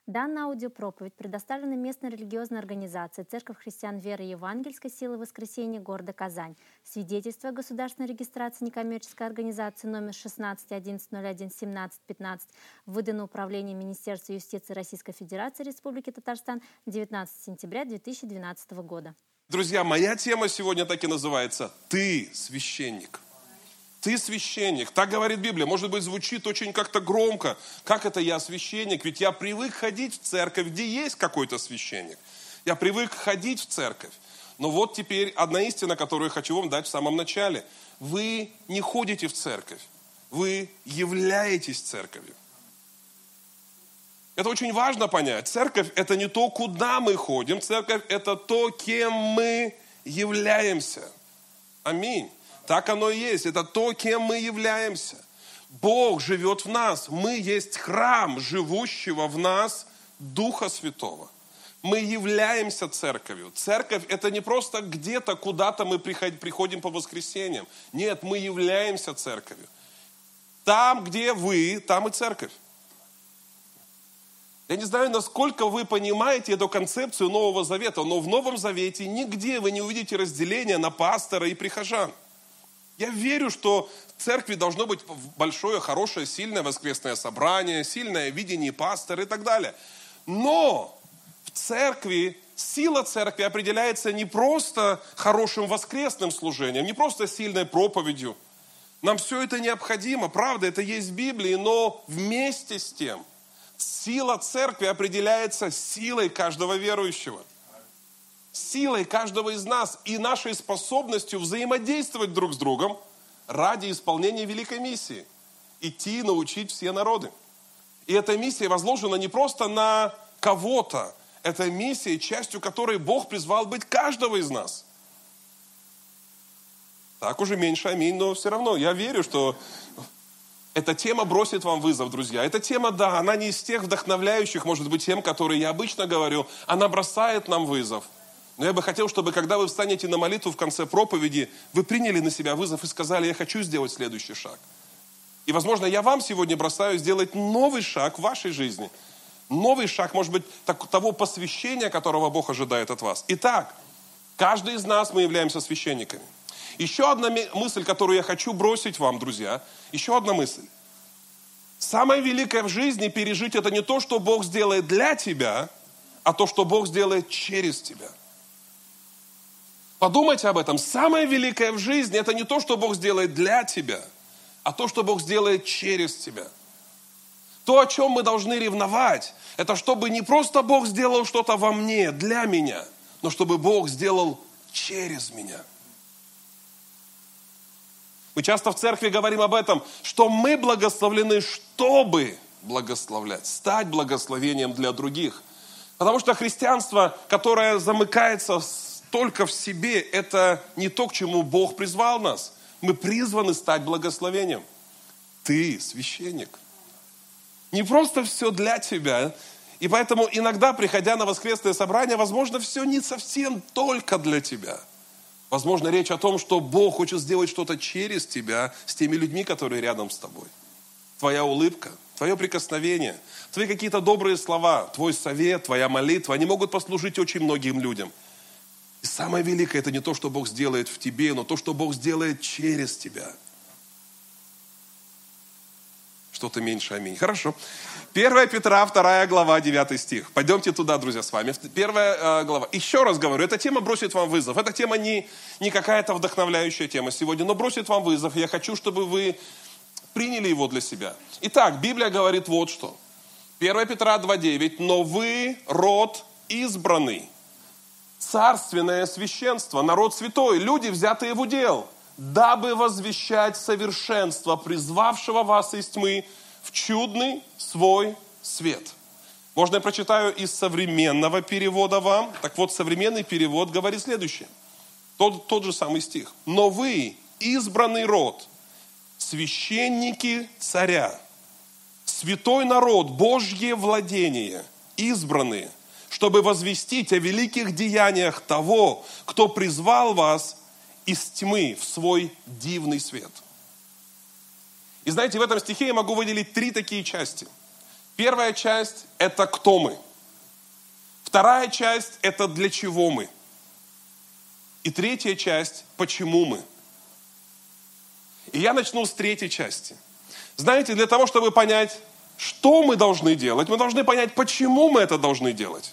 Данная аудиопроповедь предоставлена местной религиозной организацией «Церковь христиан веры и евангельской силы воскресения» города Казань. Свидетельство о государственной регистрации некоммерческой организации номер 16.11.01.17.15 выдано Управлением Министерства юстиции Российской Федерации Республики Татарстан 19 сентября 2012 года. Друзья, моя тема сегодня так и называется «Ты священник». Ты священник. Так говорит Библия. Может быть, звучит очень как-то громко. Как это я священник? Ведь я привык ходить в церковь, где есть какой-то священник. Я привык ходить в церковь. Но вот теперь одна истина, которую я хочу вам дать в самом начале. Вы не ходите в церковь. Вы являетесь церковью. Это очень важно понять. Церковь – это не то, куда мы ходим. Церковь – это то, кем мы являемся. Аминь. Так оно и есть. Это то, кем мы являемся. Бог живет в нас. Мы есть храм живущего в нас Духа Святого. Мы являемся церковью. Церковь – это не просто где-то, куда-то мы приходим по воскресеньям. Нет, мы являемся церковью. Там, где вы, там и церковь. Я не знаю, насколько вы понимаете эту концепцию Нового Завета, но в Новом Завете нигде вы не увидите разделения на пастора и прихожан. Я верю, что в церкви должно быть большое, хорошее, сильное воскресное собрание, сильное видение пастора и так далее. Но в церкви, сила церкви определяется не просто хорошим воскресным служением, не просто сильной проповедью. Нам все это необходимо, правда, это есть в Библии, но вместе с тем сила церкви определяется силой каждого верующего. Силой каждого из нас и нашей способностью взаимодействовать друг с другом ради исполнения великой миссии. Идти и научить все народы. И эта миссия возложена не просто на кого-то. Это миссия, частью которой Бог призвал быть каждого из нас. Так уже меньше аминь, но все равно я верю, что эта тема бросит вам вызов, друзья. Эта тема, да, она не из тех вдохновляющих, может быть, тем, которые я обычно говорю. Она бросает нам вызов. Но я бы хотел, чтобы, когда вы встанете на молитву в конце проповеди, вы приняли на себя вызов и сказали: я хочу сделать следующий шаг. И, возможно, я вам сегодня бросаю сделать новый шаг в вашей жизни. Новый шаг, может быть, того посвящения, которого Бог ожидает от вас. Итак, каждый из нас, мы являемся священниками. Еще одна мысль, которую я хочу бросить вам, друзья. Еще одна мысль. Самое великое в жизни пережить — это не то, что Бог сделает для тебя, а то, что Бог сделает через тебя. Подумайте об этом. Самое великое в жизни – это не то, что Бог сделает для тебя, а то, что Бог сделает через тебя. То, о чем мы должны ревновать, это чтобы не просто Бог сделал что-то во мне, для меня, но чтобы Бог сделал через меня. Мы часто в церкви говорим об этом, что мы благословлены, чтобы благословлять, стать благословением для других. Потому что христианство, которое замыкается только в себе, это не то, к чему Бог призвал нас. Мы призваны стать благословением. Ты священник. Не просто все для тебя. И поэтому иногда, приходя на воскресное собрание, возможно, все не совсем только для тебя. Возможно, речь о том, что Бог хочет сделать что-то через тебя с теми людьми, которые рядом с тобой. Твоя улыбка, твое прикосновение, твои какие-то добрые слова, твой совет, твоя молитва, они могут послужить очень многим людям. И самое великое — это не то, что Бог сделает в тебе, но то, что Бог сделает через тебя. Что-то меньше аминь. Хорошо. 1 Петра, 2 глава, 9 стих. Пойдемте туда, друзья, с вами. 1 глава. Еще раз говорю, эта тема бросит вам вызов. Эта тема не какая-то вдохновляющая тема сегодня, но бросит вам вызов. Я хочу, чтобы вы приняли его для себя. Итак, Библия говорит вот что. 1 Петра 2:9. Но вы род избранный, царственное священство, народ святой, люди, взятые в удел, дабы возвещать совершенство призвавшего вас из тьмы в чудный свой свет. Можно я прочитаю из современного перевода вам? Так вот, современный перевод говорит следующее. Тот же самый стих. Но вы избранный род, священники царя, святой народ, Божье владение, избранные, чтобы возвестить о великих деяниях того, кто призвал вас из тьмы в свой дивный свет. И знаете, в этом стихе я могу выделить 3 такие части. Первая часть – это кто мы. Вторая часть – это для чего мы. И третья часть – почему мы. И я начну с третьей части. Знаете, для того, чтобы понять, что мы должны делать, мы должны понять, почему мы это должны делать.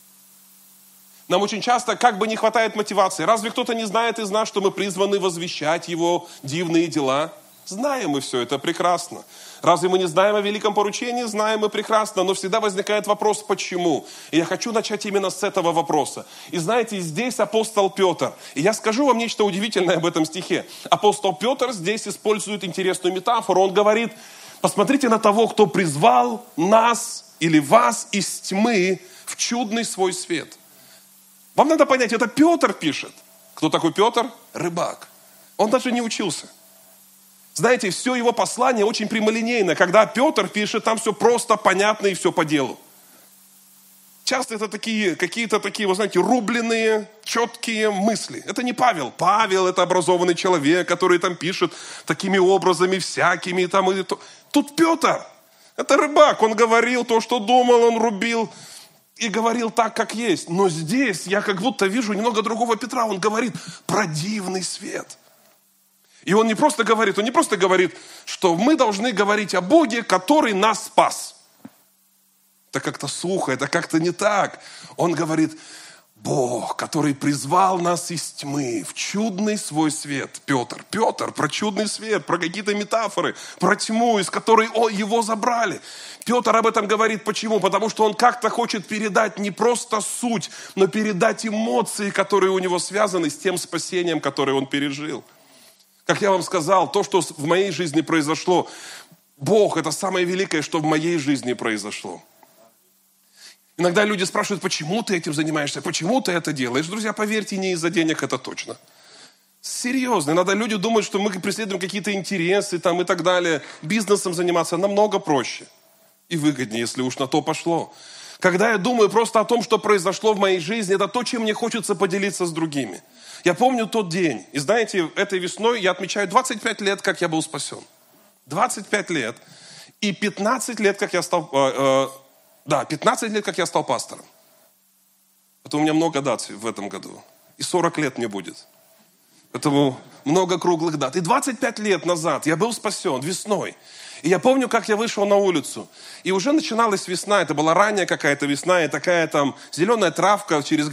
Нам очень часто как бы не хватает мотивации. Разве кто-то не знает из нас, что мы призваны возвещать Его дивные дела? Знаем мы все это прекрасно. Разве мы не знаем о великом поручении? Знаем мы прекрасно, но всегда возникает вопрос, почему? И я хочу начать именно с этого вопроса. И знаете, здесь апостол Петр. И я скажу вам нечто удивительное об этом стихе. Апостол Петр здесь использует интересную метафору. Он говорит, посмотрите на того, кто призвал нас или вас из тьмы в чудный свой свет. Вам надо понять, это Петр пишет. Кто такой Петр? Рыбак. Он даже не учился. Знаете, все его послание очень прямолинейно. Когда Петр пишет, там все просто, понятно и все по делу. Часто это какие-то такие, вы знаете, рубленые, четкие мысли. Это не Павел. Павел – это образованный человек, который там пишет такими образами всякими. Там, и то. Тут Петр – это рыбак. Он говорил то, что думал, он рубил и говорил так, как есть. Но здесь я как будто вижу немного другого Петра. Он говорит про дивный свет. И он не просто говорит, что мы должны говорить о Боге, который нас спас. Это как-то сухо, это как-то не так. Он говорит, Бог, который призвал нас из тьмы в чудный свой свет. Петр, про чудный свет, про какие-то метафоры, про тьму, из которой его забрали. Петр об этом говорит. Почему? Потому что он как-то хочет передать не просто суть, но передать эмоции, которые у него связаны с тем спасением, которое он пережил. Как я вам сказал, то, что в моей жизни произошло, Бог – это самое великое, что в моей жизни произошло. Иногда люди спрашивают, почему ты этим занимаешься, почему ты это делаешь. Друзья, поверьте, не из-за денег, это точно. Серьезно. Иногда люди думают, что мы преследуем какие-то интересы там, и так далее. Бизнесом заниматься намного проще и выгоднее, если уж на то пошло. Когда я думаю просто о том, что произошло в моей жизни, это то, чем мне хочется поделиться с другими. Я помню тот день. И знаете, этой весной я отмечаю 25 лет, как я был спасен. 25 лет. И 15 лет, как я стал... 15 лет, как я стал пастором. Это у меня много дат в этом году. И 40 лет мне будет. Поэтому много круглых дат. И 25 лет назад я был спасен весной. И я помню, как я вышел на улицу. И уже начиналась весна. Это была ранняя какая-то весна. И такая там зеленая травка через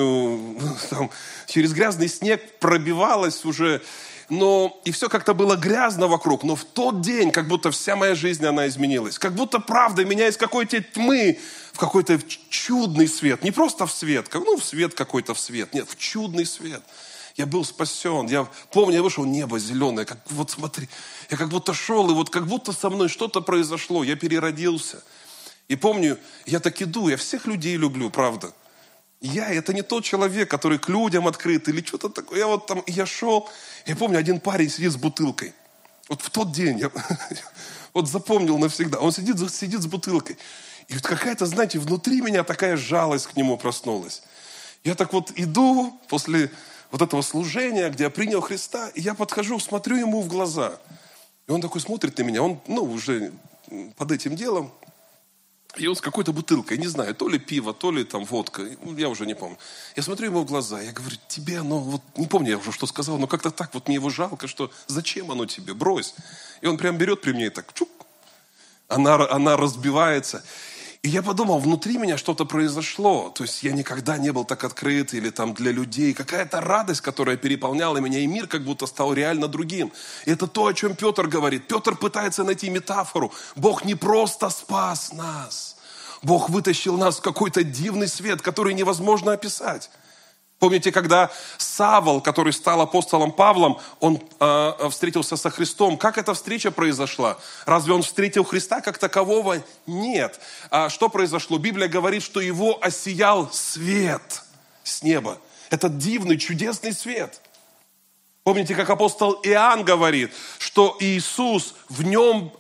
грязный снег пробивалась уже. И все как-то было грязно вокруг. Но в тот день, как будто вся моя жизнь, она изменилась. Как будто, правда, меня из какой-то тьмы в какой-то чудный свет. Не просто в свет, в свет какой-то в свет. Нет, в чудный свет. Я был спасен. Я помню, я вышел, небо зеленое. Вот смотри, я как будто шел, и вот как будто со мной что-то произошло. Я переродился. И помню, я так иду, я всех людей люблю, правда. Это не тот человек, который к людям открыт или что-то такое. Я шел, я помню, один парень сидит с бутылкой. Вот в тот день, я вот запомнил навсегда. Он сидит с бутылкой. И вот какая-то, знаете, внутри меня такая жалость к нему проснулась. Я так вот иду после вот этого служения, где я принял Христа, и я подхожу, смотрю ему в глаза. И он такой смотрит на меня, он, уже под этим делом. И он с какой-то бутылкой, не знаю, то ли пиво, то ли там водка, я уже не помню. Я смотрю ему в глаза, я говорю, тебе оно, не помню я уже, что сказал, но как-то так, мне его жалко, что зачем оно тебе, брось. И он прям берет при мне и так, чук, она разбивается. И я подумал, внутри меня что-то произошло. То есть я никогда не был так открыт или там для людей. Какая-то радость, которая переполняла меня, и мир как будто стал реально другим. И это то, о чем Петр говорит. Петр пытается найти метафору. Бог не просто спас нас. Бог вытащил нас в какой-то дивный свет, который невозможно описать. Помните, когда Савл, который стал апостолом Павлом, он встретился со Христом. Как эта встреча произошла? Разве он встретил Христа как такового? Нет. Что произошло? Библия говорит, что его осиял свет с неба. Этот дивный, чудесный свет. Помните, как апостол Иоанн говорит, что Иисус, в нем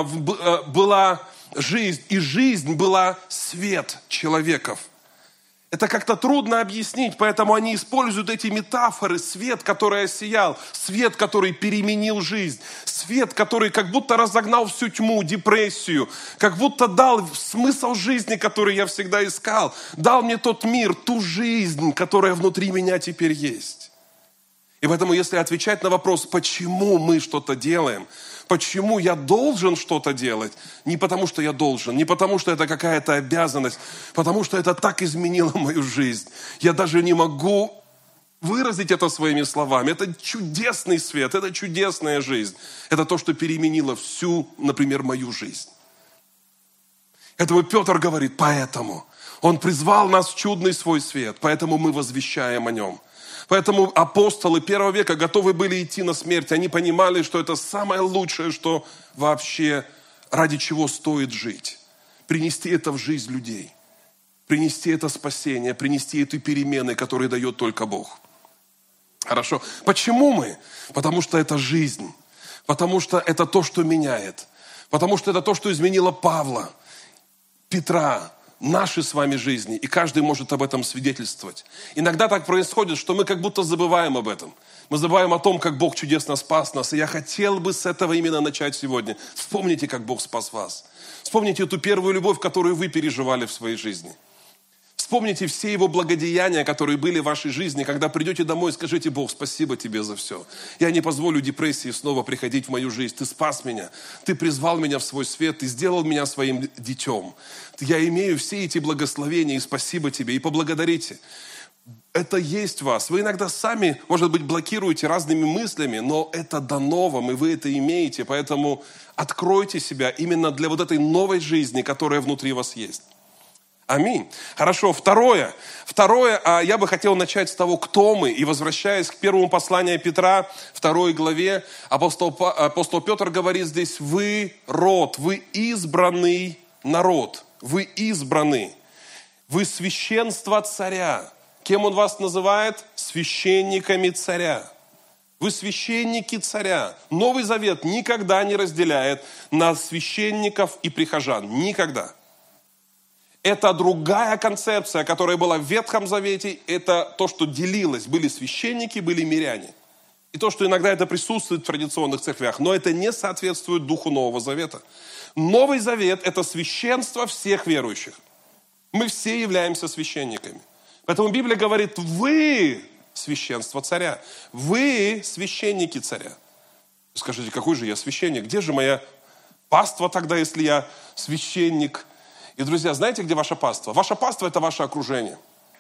была жизнь, и жизнь была свет человеков. Это как-то трудно объяснить, поэтому они используют эти метафоры. Свет, который осиял, свет, который переменил жизнь, свет, который как будто разогнал всю тьму, депрессию, как будто дал смысл жизни, который я всегда искал, дал мне тот мир, ту жизнь, которая внутри меня теперь есть. И поэтому, если отвечать на вопрос, почему мы что-то делаем, почему я должен что-то делать, не потому что я должен, не потому что это какая-то обязанность, потому что это так изменило мою жизнь. Я даже не могу выразить это своими словами. Это чудесный свет, это чудесная жизнь. Это то, что переменило всю, например, мою жизнь. Поэтому Петр говорит, поэтому Он призвал нас в чудный свой свет, поэтому мы возвещаем о Нем. Поэтому апостолы первого века готовы были идти на смерть. Они понимали, что это самое лучшее, что вообще, ради чего стоит жить. Принести это в жизнь людей. Принести это спасение, принести эти перемены, которые дает только Бог. Хорошо. Почему мы? Потому что это жизнь. Потому что это то, что меняет. Потому что это то, что изменило Павла, Петра, наши с вами жизни, и каждый может об этом свидетельствовать. Иногда так происходит, что мы как будто забываем об этом. Мы забываем о том, как Бог чудесно спас нас, и я хотел бы с этого именно начать сегодня. Вспомните, как Бог спас вас. Вспомните эту первую любовь, которую вы переживали в своей жизни. Вспомните все Его благодеяния, которые были в вашей жизни. Когда придете домой, скажите: Бог, спасибо Тебе за все. Я не позволю депрессии снова приходить в мою жизнь. Ты спас меня, Ты призвал меня в свой свет, Ты сделал меня своим детем. Я имею все эти благословения, и спасибо Тебе, и поблагодарите. Это есть в вас. Вы иногда сами, может быть, блокируете разными мыслями, но это дано вам, и вы это имеете. Поэтому откройте себя именно для вот этой новой жизни, которая внутри вас есть. Аминь. Хорошо. Второе, я бы хотел начать с того, кто мы. И возвращаясь к первому посланию Петра, 2 главе, апостол Петр говорит здесь: вы род, вы избранный народ, вы избраны, вы священство царя. Кем он вас называет? Священниками царя. Вы священники царя. Новый Завет никогда не разделяет на священников и прихожан. Никогда. Это другая концепция, которая была в Ветхом Завете. Это то, что делилось. Были священники, были миряне. И то, что иногда это присутствует в традиционных церквях. Но это не соответствует духу Нового Завета. Новый Завет – это священство всех верующих. Мы все являемся священниками. Поэтому Библия говорит: вы священство царя. Вы священники царя. Скажите: какой же я священник? Где же моя паства тогда, если я священник? И, друзья, знаете, где ваша паства? Ваша паства – это ваше окружение.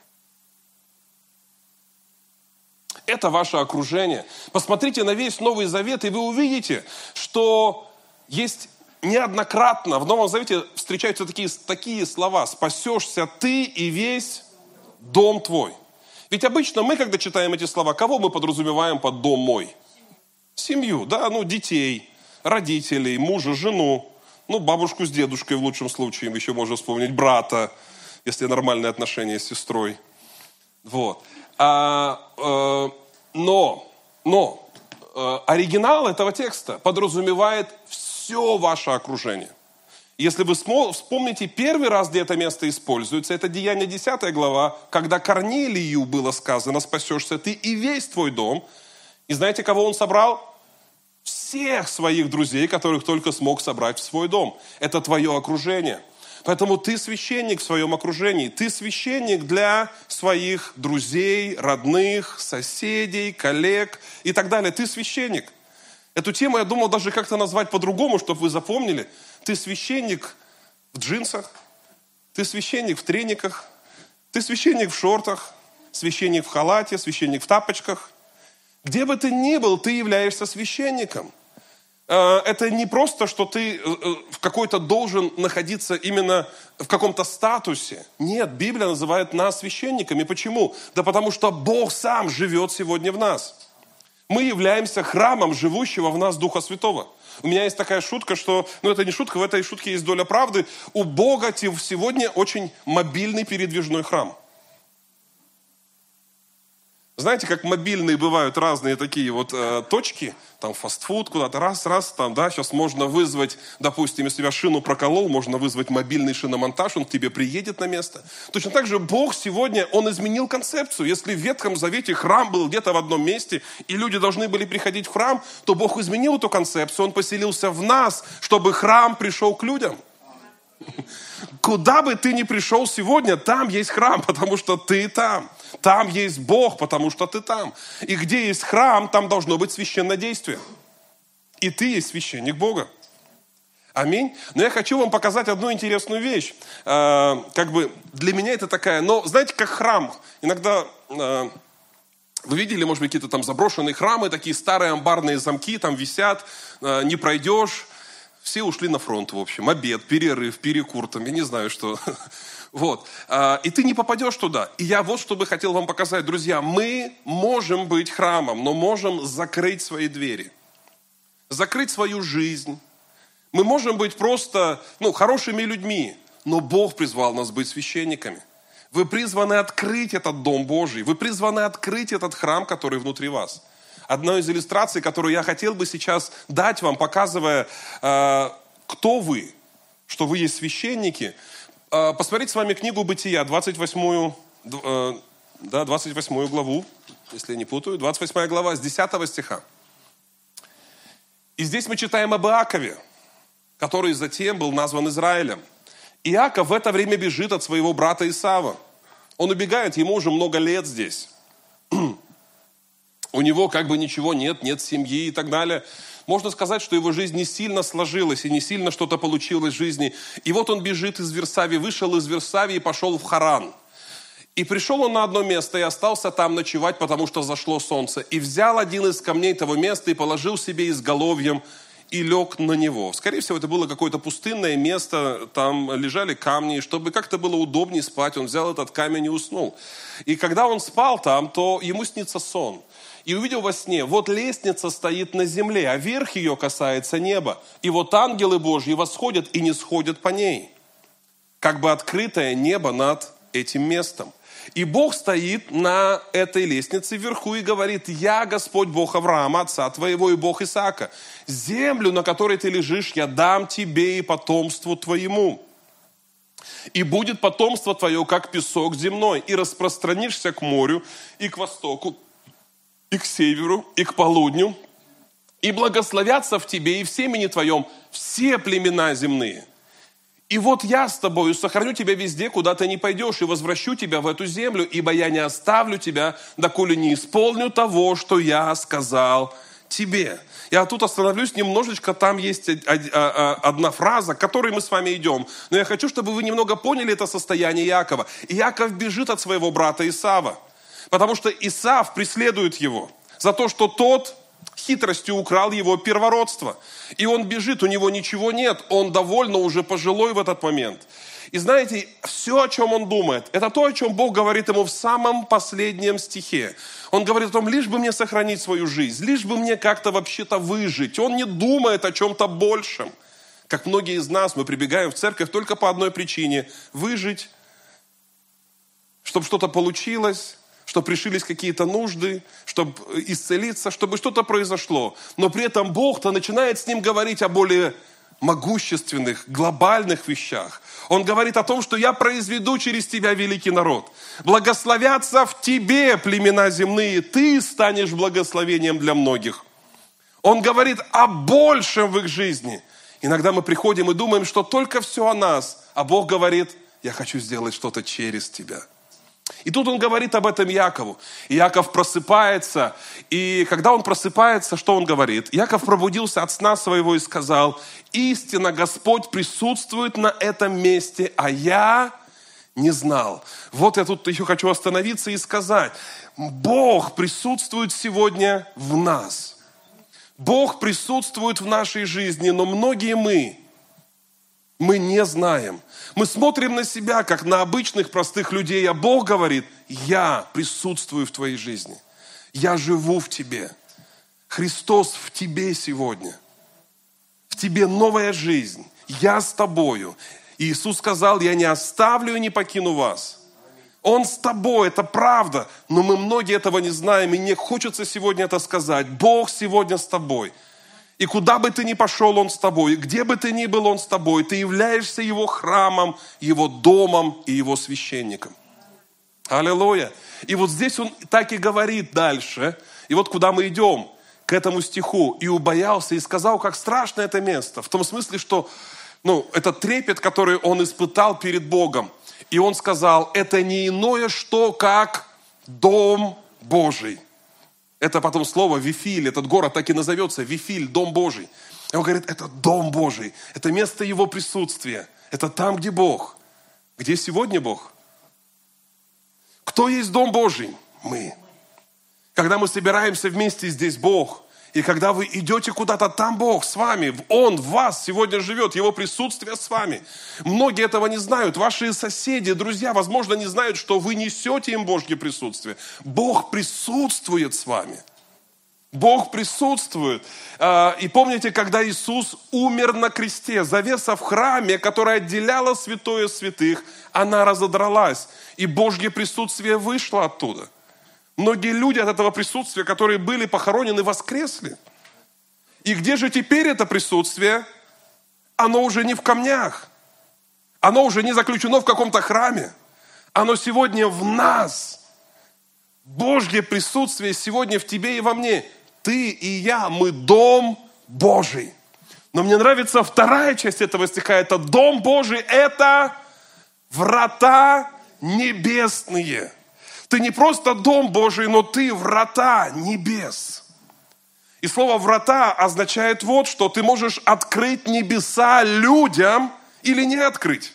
Это ваше окружение. Посмотрите на весь Новый Завет, и вы увидите, что есть неоднократно в Новом Завете встречаются такие слова: «Спасешься ты и весь дом твой». Ведь обычно мы, когда читаем эти слова, кого мы подразумеваем под «дом мой»? Семью, да, детей, родителей, мужа, жену. Бабушку с дедушкой в лучшем случае, еще можно вспомнить брата, если нормальные отношения с сестрой. Вот. Но оригинал этого текста подразумевает все ваше окружение. Если вы вспомните, первый раз, где это место используется, это Деяния 10 глава, когда Корнилию было сказано: «Спасешься ты и весь твой дом». И знаете, кого он собрал? Всех своих друзей, которых только смог собрать в свой дом. Это твое окружение. Поэтому ты священник в своем окружении. Ты священник для своих друзей, родных, соседей, коллег и так далее. Ты священник. Эту тему я думал даже как-то назвать по-другому, чтобы вы запомнили. Ты священник в джинсах, ты священник в трениках, ты священник в шортах, священник в халате, священник в тапочках. Где бы ты ни был, ты являешься священником. Это не просто, что ты в какой-то должен находиться именно в каком-то статусе. Нет, Библия называет нас священниками. Почему? Да потому что Бог сам живет сегодня в нас. Мы являемся храмом живущего в нас Духа Святого. У меня есть такая шутка, что, это не шутка, в этой шутке есть доля правды. У Бога сегодня очень мобильный передвижной храм. Знаете, как мобильные бывают разные такие вот точки, там фастфуд куда-то, раз, там, да, сейчас можно вызвать, допустим, если я шину проколол, можно вызвать мобильный шиномонтаж, он к тебе приедет на место. Точно так же Бог сегодня, Он изменил концепцию. Если в Ветхом Завете храм был где-то в одном месте, и люди должны были приходить в храм, то Бог изменил эту концепцию, Он поселился в нас, чтобы храм пришел к людям. Куда бы ты ни пришел сегодня, там есть храм, потому что ты там. Там есть Бог, потому что ты там. И где есть храм, там должно быть священнодействие. И ты есть священник Бога. Аминь. Но я хочу вам показать одну интересную вещь. Как бы для меня это такая, но знаете, как храм. Иногда вы видели, может быть, какие-то там заброшенные храмы, такие старые амбарные замки там висят, не пройдешь. Все ушли на фронт, в общем. Обед, перерыв, перекур, там, я не знаю, что. Вот. И ты не попадешь туда. И я вот что бы хотел вам показать. Друзья, мы можем быть храмом, но можем закрыть свои двери. Закрыть свою жизнь. Мы можем быть просто, хорошими людьми. Но Бог призвал нас быть священниками. Вы призваны открыть этот Дом Божий. Вы призваны открыть этот храм, который внутри вас. Одна из иллюстраций, которую я хотел бы сейчас дать вам, показывая, кто вы, что вы есть священники. Посмотрите с вами книгу Бытия, 28 главу, если я не путаю, 28 глава, с 10 стиха. И здесь мы читаем об Иакове, который затем был назван Израилем. Иаков в это время бежит от своего брата Исава. Он убегает, ему уже много лет здесь. У него как бы ничего нет семьи и так далее. Можно сказать, что его жизнь не сильно сложилась и не сильно что-то получилось в жизни. И вот он бежит из Версавии, вышел из Версавии и пошел в Харан. И пришел он на одно место и остался там ночевать, потому что зашло солнце. И взял один из камней того места и положил себе изголовьем и лег на него. Скорее всего, это было какое-то пустынное место, там лежали камни. Чтобы как-то было удобнее спать, он взял этот камень и уснул. И когда он спал там, то ему снится сон. И увидел во сне, вот лестница стоит на земле, а верх ее касается неба. И вот ангелы Божьи восходят и не сходят по ней. Как бы открытое небо над этим местом. И Бог стоит на этой лестнице вверху и говорит: «Я Господь Бог Авраама, отца твоего, и Бог Исаака. Землю, на которой ты лежишь, я дам тебе и потомству твоему. И будет потомство твое, как песок земной, и распространишься к морю, и к востоку, и к северу, и к полудню, и благословятся в тебе и в семени твоем все племена земные. И вот я с тобою сохраню тебя везде, куда ты не пойдешь, и возвращу тебя в эту землю, ибо я не оставлю тебя, доколе не исполню того, что я сказал тебе». Я тут остановлюсь немножечко, там есть одна фраза, к которой мы с вами идем. Но я хочу, чтобы вы немного поняли это состояние Иакова. Иаков бежит от своего брата Исава, потому что Исав преследует его за то, что тот хитростью украл его первородство. И он бежит, у него ничего нет, он довольно уже пожилой в этот момент. И знаете, все, о чем он думает, это то, о чем Бог говорит ему в самом последнем стихе. Он говорит о том, лишь бы мне сохранить свою жизнь, лишь бы мне как-то вообще-то выжить. Он не думает о чем-то большем. Как многие из нас, мы прибегаем в церковь только по одной причине – выжить, чтобы что-то получилось, чтобы решились какие-то нужды, чтобы исцелиться, чтобы что-то произошло. Но при этом Бог-то начинает с ним говорить о более могущественных, глобальных вещах. Он говорит о том, что я произведу через тебя великий народ. Благословятся в тебе племена земные, ты станешь благословением для многих. Он говорит о большем в их жизни. Иногда мы приходим и думаем, что только все о нас, а Бог говорит: я хочу сделать что-то через тебя. И тут он говорит об этом Иакову. Иаков просыпается, и когда он просыпается, что он говорит? Иаков пробудился от сна своего и сказал: истинно Господь присутствует на этом месте, а я не знал. Вот я тут еще хочу остановиться и сказать: Бог присутствует сегодня в нас. Бог присутствует в нашей жизни, но многие мы не знаем. Мы смотрим на себя, как на обычных простых людей, а Бог говорит: я присутствую в твоей жизни. Я живу в тебе. Христос в тебе сегодня. В тебе новая жизнь. Я с тобою. И Иисус сказал: я не оставлю и не покину вас. Он с тобой, это правда. Но мы многие этого не знаем, и мне хочется сегодня это сказать. Бог сегодня с тобой. И куда бы ты ни пошел, Он с тобой. И где бы ты ни был, Он с тобой. Ты являешься Его храмом, Его домом и Его священником. Аллилуйя. И вот здесь Он так и говорит дальше. И вот куда мы идем, к этому стиху. «И убоялся, и сказал, как страшно это место». В том смысле, что это трепет, который он испытал перед Богом. И он сказал, это не иное что, как Дом Божий. Это потом слово Вифиль, этот город так и назовется, Вифиль, Дом Божий. И он говорит, это Дом Божий, это место Его присутствия, это там, где Бог. Где сегодня Бог? Кто есть Дом Божий? Мы. Когда мы собираемся вместе, здесь Бог. И когда вы идете куда-то, там Бог с вами. Он в вас сегодня живет, Его присутствие с вами. Многие этого не знают. Ваши соседи, друзья, возможно, не знают, что вы несете им Божье присутствие. Бог присутствует с вами. Бог присутствует. И помните, когда Иисус умер на кресте, завеса в храме, которая отделяла святое святых, она разодралась. И Божье присутствие вышло оттуда. Многие люди от этого присутствия, которые были похоронены, воскресли. И где же теперь это присутствие? Оно уже не в камнях. Оно уже не заключено в каком-то храме. Оно сегодня в нас. Божье присутствие сегодня в тебе и во мне. Ты и я, мы Дом Божий. Но мне нравится вторая часть этого стиха. Это Дом Божий, это врата небесные. Ты не просто Дом Божий, но ты врата небес. И слово «врата» означает вот что. Ты можешь открыть небеса людям или не открыть.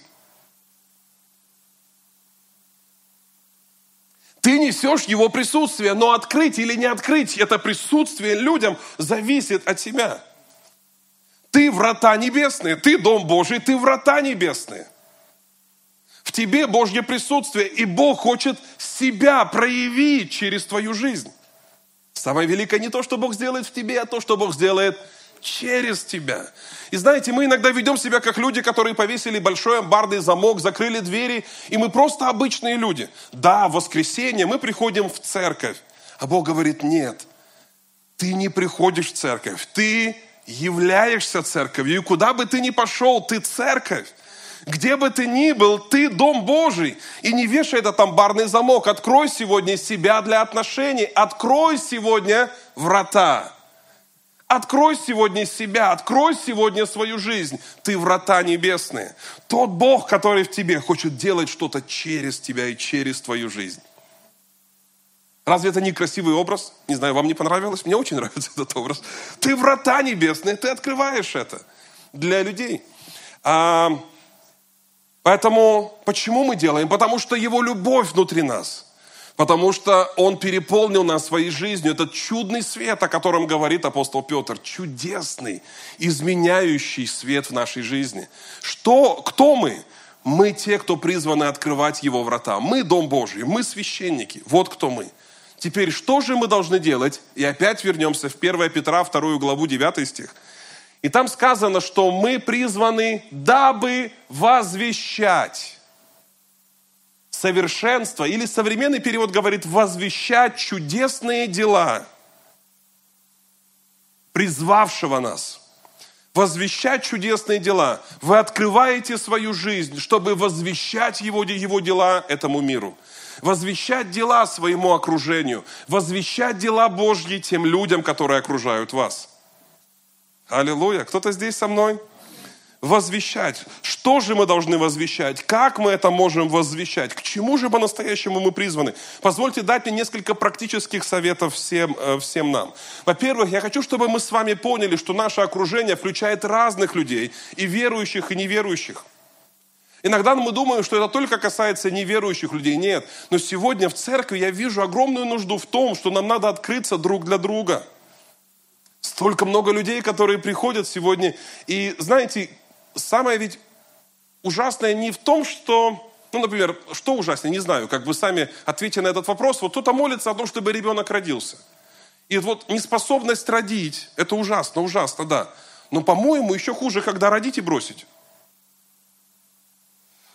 Ты несешь Его присутствие, но открыть или не открыть это присутствие людям зависит от тебя. Ты врата небесные, ты Дом Божий, ты врата небесные. В тебе Божье присутствие, и Бог хочет себя проявить через твою жизнь. Самое великое не то, что Бог сделает в тебе, а то, что Бог сделает через тебя. И знаете, мы иногда ведем себя как люди, которые повесили большой амбарный замок, закрыли двери, и мы просто обычные люди. Да, в воскресенье мы приходим в церковь, а Бог говорит, нет, ты не приходишь в церковь, ты являешься церковью, и куда бы ты ни пошел, ты церковь. Где бы ты ни был, ты Дом Божий. И не вешай этот амбарный замок. Открой сегодня себя для отношений. Открой сегодня врата. Открой сегодня себя. Открой сегодня свою жизнь. Ты врата небесные. Тот Бог, который в тебе, хочет делать что-то через тебя и через твою жизнь. Разве это не красивый образ? Не знаю, вам не понравилось? Мне очень нравится этот образ. Ты врата небесные. Ты открываешь это для людей. Поэтому, почему мы делаем? Потому что Его любовь внутри нас. Потому что Он переполнил нас своей жизнью. Этот чудный свет, о котором говорит апостол Петр. Чудесный, изменяющий свет в нашей жизни. Кто мы? Мы те, кто призваны открывать Его врата. Мы Дом Божий, мы священники. Вот кто мы. Теперь, что же мы должны делать? И опять вернемся в 1 Петра, 2 главу, 9 стих. И там сказано, что мы призваны, дабы возвещать совершенство, или современный перевод говорит, возвещать чудесные дела призвавшего нас. Возвещать чудесные дела. Вы открываете свою жизнь, чтобы возвещать его дела этому миру. Возвещать дела своему окружению. Возвещать дела Божьи тем людям, которые окружают вас. Аллилуйя. Кто-то здесь со мной? Возвещать. Что же мы должны возвещать? Как мы это можем возвещать? К чему же по-настоящему мы призваны? Позвольте дать мне несколько практических советов всем нам. Во-первых, я хочу, чтобы мы с вами поняли, что наше окружение включает разных людей, и верующих, и неверующих. Иногда мы думаем, что это только касается неверующих людей. Нет. Но сегодня в церкви я вижу огромную нужду в том, что нам надо открыться друг для друга. Столько много людей, которые приходят сегодня. И знаете, самое ведь ужасное не в том, что... например, что ужаснее, не знаю, как вы сами ответите на этот вопрос. Вот кто-то молится о том, чтобы ребенок родился. И вот неспособность родить, это ужасно, да. Но, по-моему, еще хуже, когда родить и бросить.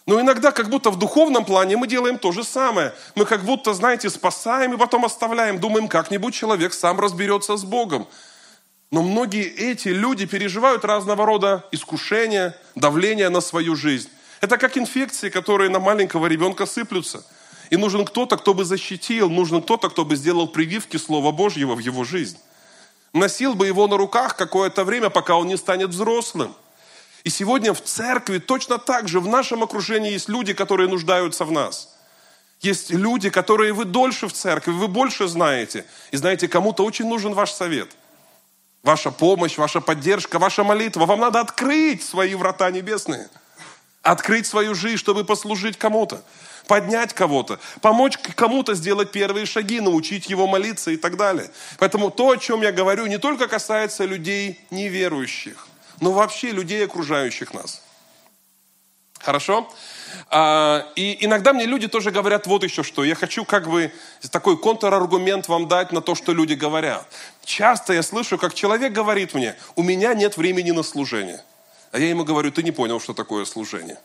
Но иногда, как будто в духовном плане, мы делаем то же самое. Мы как будто, знаете, спасаем и потом оставляем. Думаем, как-нибудь человек сам разберется с Богом. Но многие эти люди переживают разного рода искушения, давление на свою жизнь. Это как инфекции, которые на маленького ребенка сыплются. И нужен кто-то, кто бы защитил, нужен кто-то, кто бы сделал прививки Слова Божьего в его жизнь. Носил бы его на руках какое-то время, пока он не станет взрослым. И сегодня в церкви точно так же в нашем окружении есть люди, которые нуждаются в нас. Есть люди, которые вы дольше в церкви, вы больше знаете. И знаете, кому-то очень нужен ваш совет. Ваша помощь, ваша поддержка, ваша молитва. Вам надо открыть свои врата небесные. Открыть свою жизнь, чтобы послужить кому-то. Поднять кого-то. Помочь кому-то сделать первые шаги, научить его молиться и так далее. Поэтому то, о чем я говорю, не только касается людей неверующих, но вообще людей, окружающих нас. Хорошо? И иногда мне люди тоже говорят вот еще что. Я хочу как бы такой контраргумент вам дать на то, что люди говорят. Часто я слышу, как человек говорит мне, у меня нет времени на служение. А я ему говорю, ты не понял, что такое служение.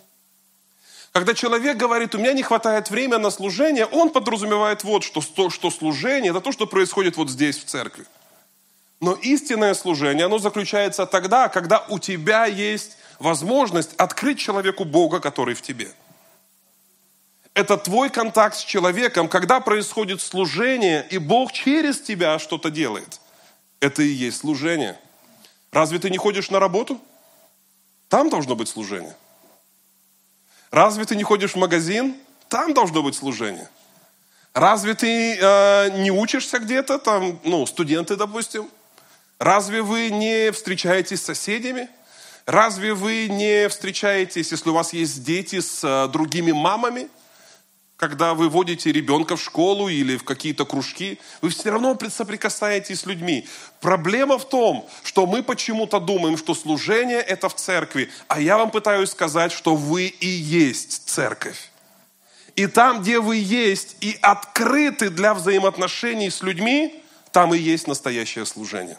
Когда человек говорит, у меня не хватает времени на служение, он подразумевает вот что служение – это то, что происходит вот здесь, в церкви. Но истинное служение, оно заключается тогда, когда у тебя есть возможность открыть человеку Бога, который в тебе. Это твой контакт с человеком, когда происходит служение, и Бог через тебя что-то делает. Это и есть служение. Разве ты не ходишь на работу? Там должно быть служение. Разве ты не ходишь в магазин? Там должно быть служение. Разве ты не учишься где-то, там, студенты, допустим? Разве вы не встречаетесь с соседями? Разве вы не встречаетесь, если у вас есть дети, с другими мамами? Когда вы водите ребенка в школу или в какие-то кружки, вы все равно соприкасаетесь с людьми. Проблема в том, что мы почему-то думаем, что служение – это в церкви, а я вам пытаюсь сказать, что вы и есть церковь. И там, где вы есть и открыты для взаимоотношений с людьми, там и есть настоящее служение.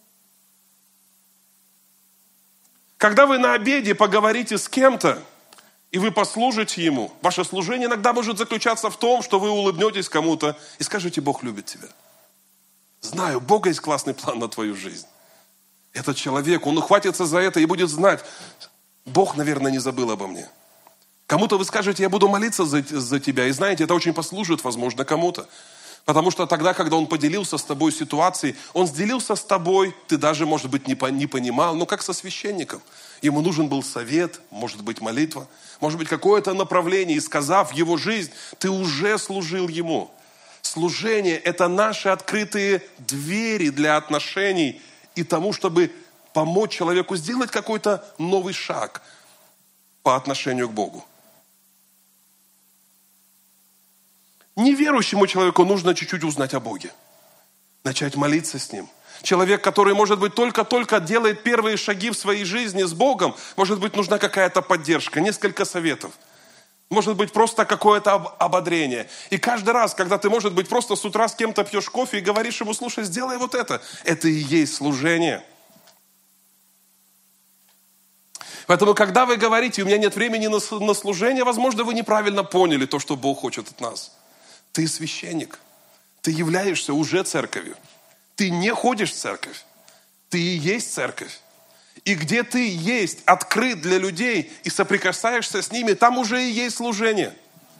Когда вы на обеде поговорите с кем-то, и вы послужите ему, ваше служение иногда может заключаться в том, что вы улыбнетесь кому-то и скажете, Бог любит тебя. Знаю, у Бога есть классный план на твою жизнь. Этот человек, он ухватится за это и будет знать, Бог, наверное, не забыл обо мне. Кому-то вы скажете, я буду молиться за тебя. И знаете, это очень послужит, возможно, кому-то. Потому что тогда, когда он поделился с тобой ситуацией, он сделился с тобой, ты даже, может быть, не понимал, но как со священником. Ему нужен был совет, может быть, молитва, может быть, какое-то направление. И сказав его жизнь, ты уже служил ему. Служение – это наши открытые двери для отношений и тому, чтобы помочь человеку сделать какой-то новый шаг по отношению к Богу. Неверующему человеку нужно чуть-чуть узнать о Боге. Начать молиться с Ним. Человек, который, может быть, только-только делает первые шаги в своей жизни с Богом, может быть, нужна какая-то поддержка, несколько советов. Может быть, просто какое-то ободрение. И каждый раз, когда ты, может быть, просто с утра с кем-то пьешь кофе и говоришь ему, слушай, сделай вот это и есть служение. Поэтому, когда вы говорите, у меня нет времени на служение, возможно, вы неправильно поняли то, что Бог хочет от нас. Ты священник. Ты являешься уже церковью. Ты не ходишь в церковь. Ты и есть церковь. И где ты есть открыт для людей и соприкасаешься с ними, там уже и есть служение.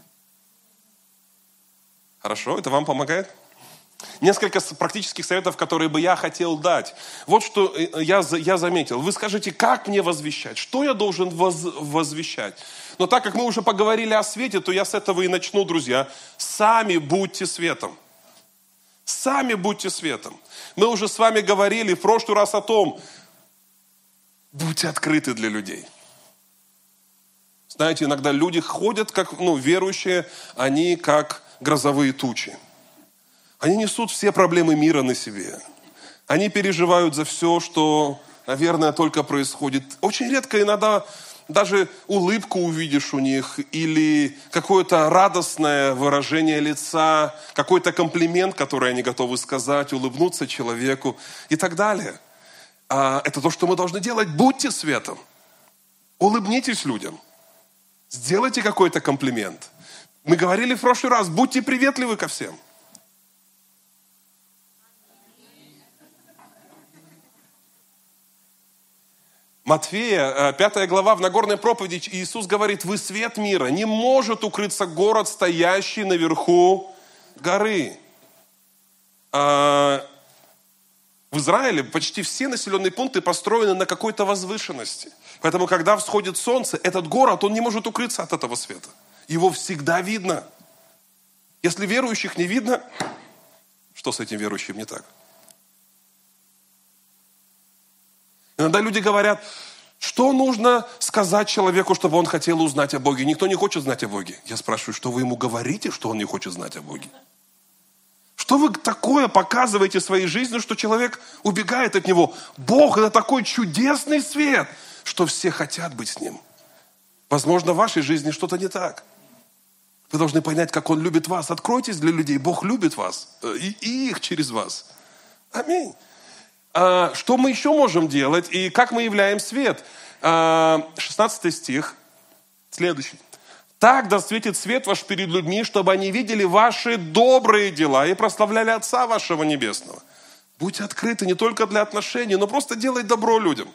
Хорошо? Это вам помогает? Несколько практических советов, которые бы я хотел дать. Вот что я заметил. Вы скажете, как мне возвещать? Что я должен возвещать? Но так как мы уже поговорили о свете, то я с этого и начну, друзья. Сами будьте светом. Сами будьте светом. Мы уже с вами говорили в прошлый раз о том, будьте открыты для людей. Знаете, иногда люди ходят, как верующие, они как грозовые тучи. Они несут все проблемы мира на себе. Они переживают за все, что, наверное, только происходит. Очень редко иногда даже улыбку увидишь у них или какое-то радостное выражение лица, какой-то комплимент, который они готовы сказать, улыбнуться человеку и так далее. Это то, что мы должны делать. Будьте светом. Улыбнитесь людям. Сделайте какой-то комплимент. Мы говорили в прошлый раз, будьте приветливы ко всем. Матфея, 5 глава, в Нагорной проповеди Иисус говорит, вы свет мира, не может укрыться город, стоящий наверху горы. В Израиле почти все населенные пункты построены на какой-то возвышенности. Поэтому, когда всходит солнце, этот город, он не может укрыться от этого света. Его всегда видно. Если верующих не видно, что с этим верующим не так? Иногда люди говорят, что нужно сказать человеку, чтобы он хотел узнать о Боге. Никто не хочет знать о Боге. Я спрашиваю, что вы ему говорите, что он не хочет знать о Боге? Что вы такое показываете своей жизнью, что человек убегает от него? Бог – это такой чудесный свет, что все хотят быть с ним. Возможно, в вашей жизни что-то не так. Вы должны понять, как Он любит вас. Откройтесь для людей. Бог любит вас. И их через вас. Аминь. Что мы еще можем делать и как мы являем свет? 16 стих, следующий. «Так да светит свет ваш перед людьми, чтобы они видели ваши добрые дела и прославляли Отца вашего Небесного». Будьте открыты не только для отношений, но просто делать добро людям.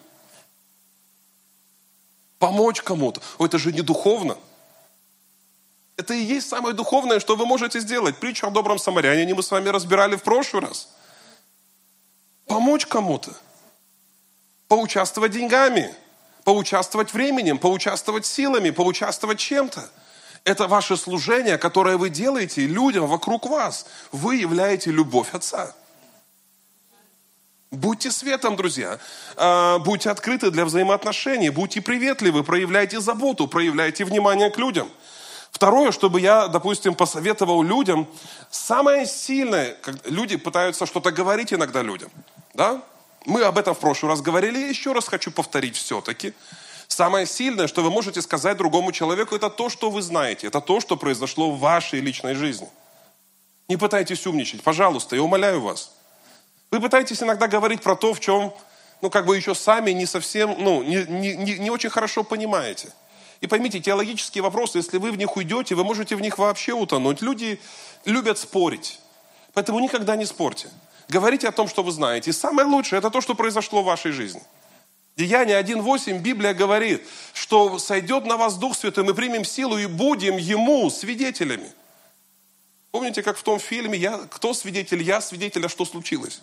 Помочь кому-то. Это же не духовно. Это и есть самое духовное, что вы можете сделать. Притчу о добром самарянине мы с вами разбирали в прошлый раз. Помочь кому-то, поучаствовать деньгами, поучаствовать временем, поучаствовать силами, поучаствовать чем-то. Это ваше служение, которое вы делаете людям вокруг вас. Вы являете любовь Отца. Будьте светом, друзья. Будьте открыты для взаимоотношений, будьте приветливы, проявляйте заботу, проявляйте внимание к людям. Второе, чтобы я, допустим, посоветовал людям, самое сильное, люди пытаются что-то говорить иногда людям, да? Мы об этом в прошлый раз говорили, я еще раз хочу повторить все-таки. Самое сильное, что вы можете сказать другому человеку, это то, что вы знаете, это то, что произошло в вашей личной жизни. Не пытайтесь умничать, пожалуйста, я умоляю вас. Вы пытаетесь иногда говорить про то, в чем, еще сами не совсем, не очень хорошо понимаете. И поймите, теологические вопросы, если вы в них уйдете, вы можете в них вообще утонуть. Люди любят спорить, поэтому никогда не спорьте. Говорите о том, что вы знаете. И самое лучшее – это то, что произошло в вашей жизни. Деяния 1:8 Библия говорит, что сойдет на вас Дух Святой, мы примем силу и будем Ему свидетелями. Помните, как в том фильме «Кто свидетель?» Я свидетель, а что случилось?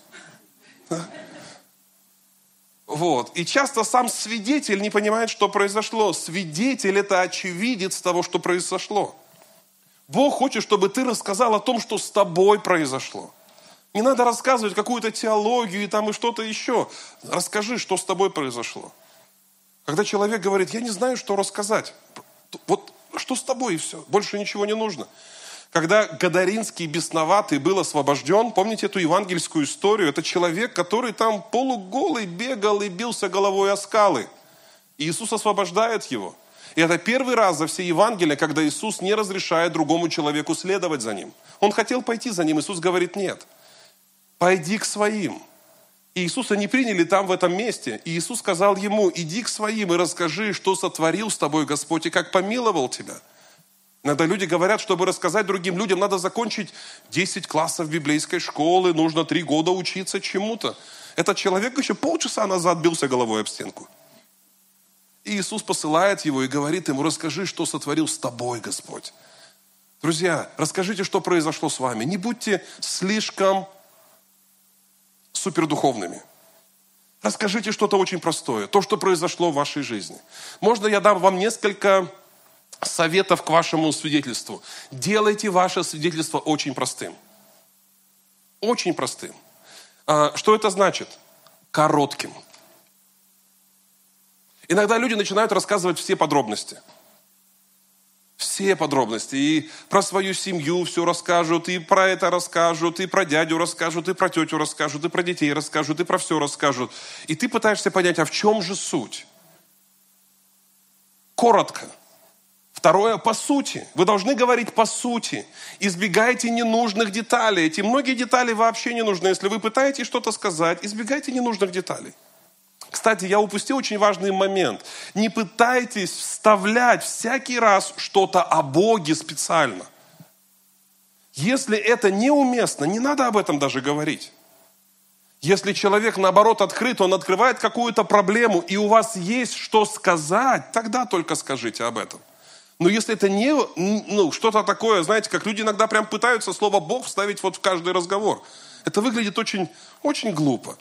Вот. И часто сам свидетель не понимает, что произошло. Свидетель – это очевидец того, что произошло. Бог хочет, чтобы ты рассказал о том, что с тобой произошло. Не надо рассказывать какую-то теологию и что-то еще. Расскажи, что с тобой произошло. Когда человек говорит, я не знаю, что рассказать. Вот что с тобой и все. Больше ничего не нужно. Когда Гадаринский бесноватый был освобожден, помните эту евангельскую историю? Это человек, который там полуголый бегал и бился головой о скалы. И Иисус освобождает его. И это первый раз за все Евангелия, когда Иисус не разрешает другому человеку следовать за ним. Он хотел пойти за ним, Иисус говорит, нет, пойди к своим. И Иисуса не приняли там, в этом месте. И Иисус сказал ему, иди к своим и расскажи, что сотворил с тобой Господь и как помиловал тебя. Иногда люди говорят, чтобы рассказать другим людям, надо закончить 10 классов библейской школы, нужно 3 года учиться чему-то. Этот человек еще полчаса назад бился головой об стенку. И Иисус посылает его и говорит ему, расскажи, что сотворил с тобой Господь. Друзья, расскажите, что произошло с вами. Не будьте слишком супердуховными. Расскажите что-то очень простое, то, что произошло в вашей жизни. Можно я дам вам несколько советов к вашему свидетельству. Делайте ваше свидетельство очень простым. Очень простым. Что это значит? Коротким. Иногда люди начинают рассказывать все подробности. Все подробности. И про свою семью все расскажут, и про это расскажут, и про дядю расскажут, и про тетю расскажут, и про детей расскажут, и про все расскажут. И ты пытаешься понять, а в чем же суть? Коротко. Второе, по сути. Вы должны говорить по сути. Избегайте ненужных деталей. Эти многие детали вообще не нужны. Если вы пытаетесь что-то сказать, избегайте ненужных деталей. Кстати, я упустил очень важный момент. Не пытайтесь вставлять всякий раз что-то о Боге специально. Если это неуместно, не надо об этом даже говорить. Если человек, наоборот, открыт, он открывает какую-то проблему, и у вас есть что сказать, тогда только скажите об этом. Но если это не что-то такое, знаете, как люди иногда прям пытаются слово «Бог» вставить вот в каждый разговор. Это выглядит очень, очень глупо.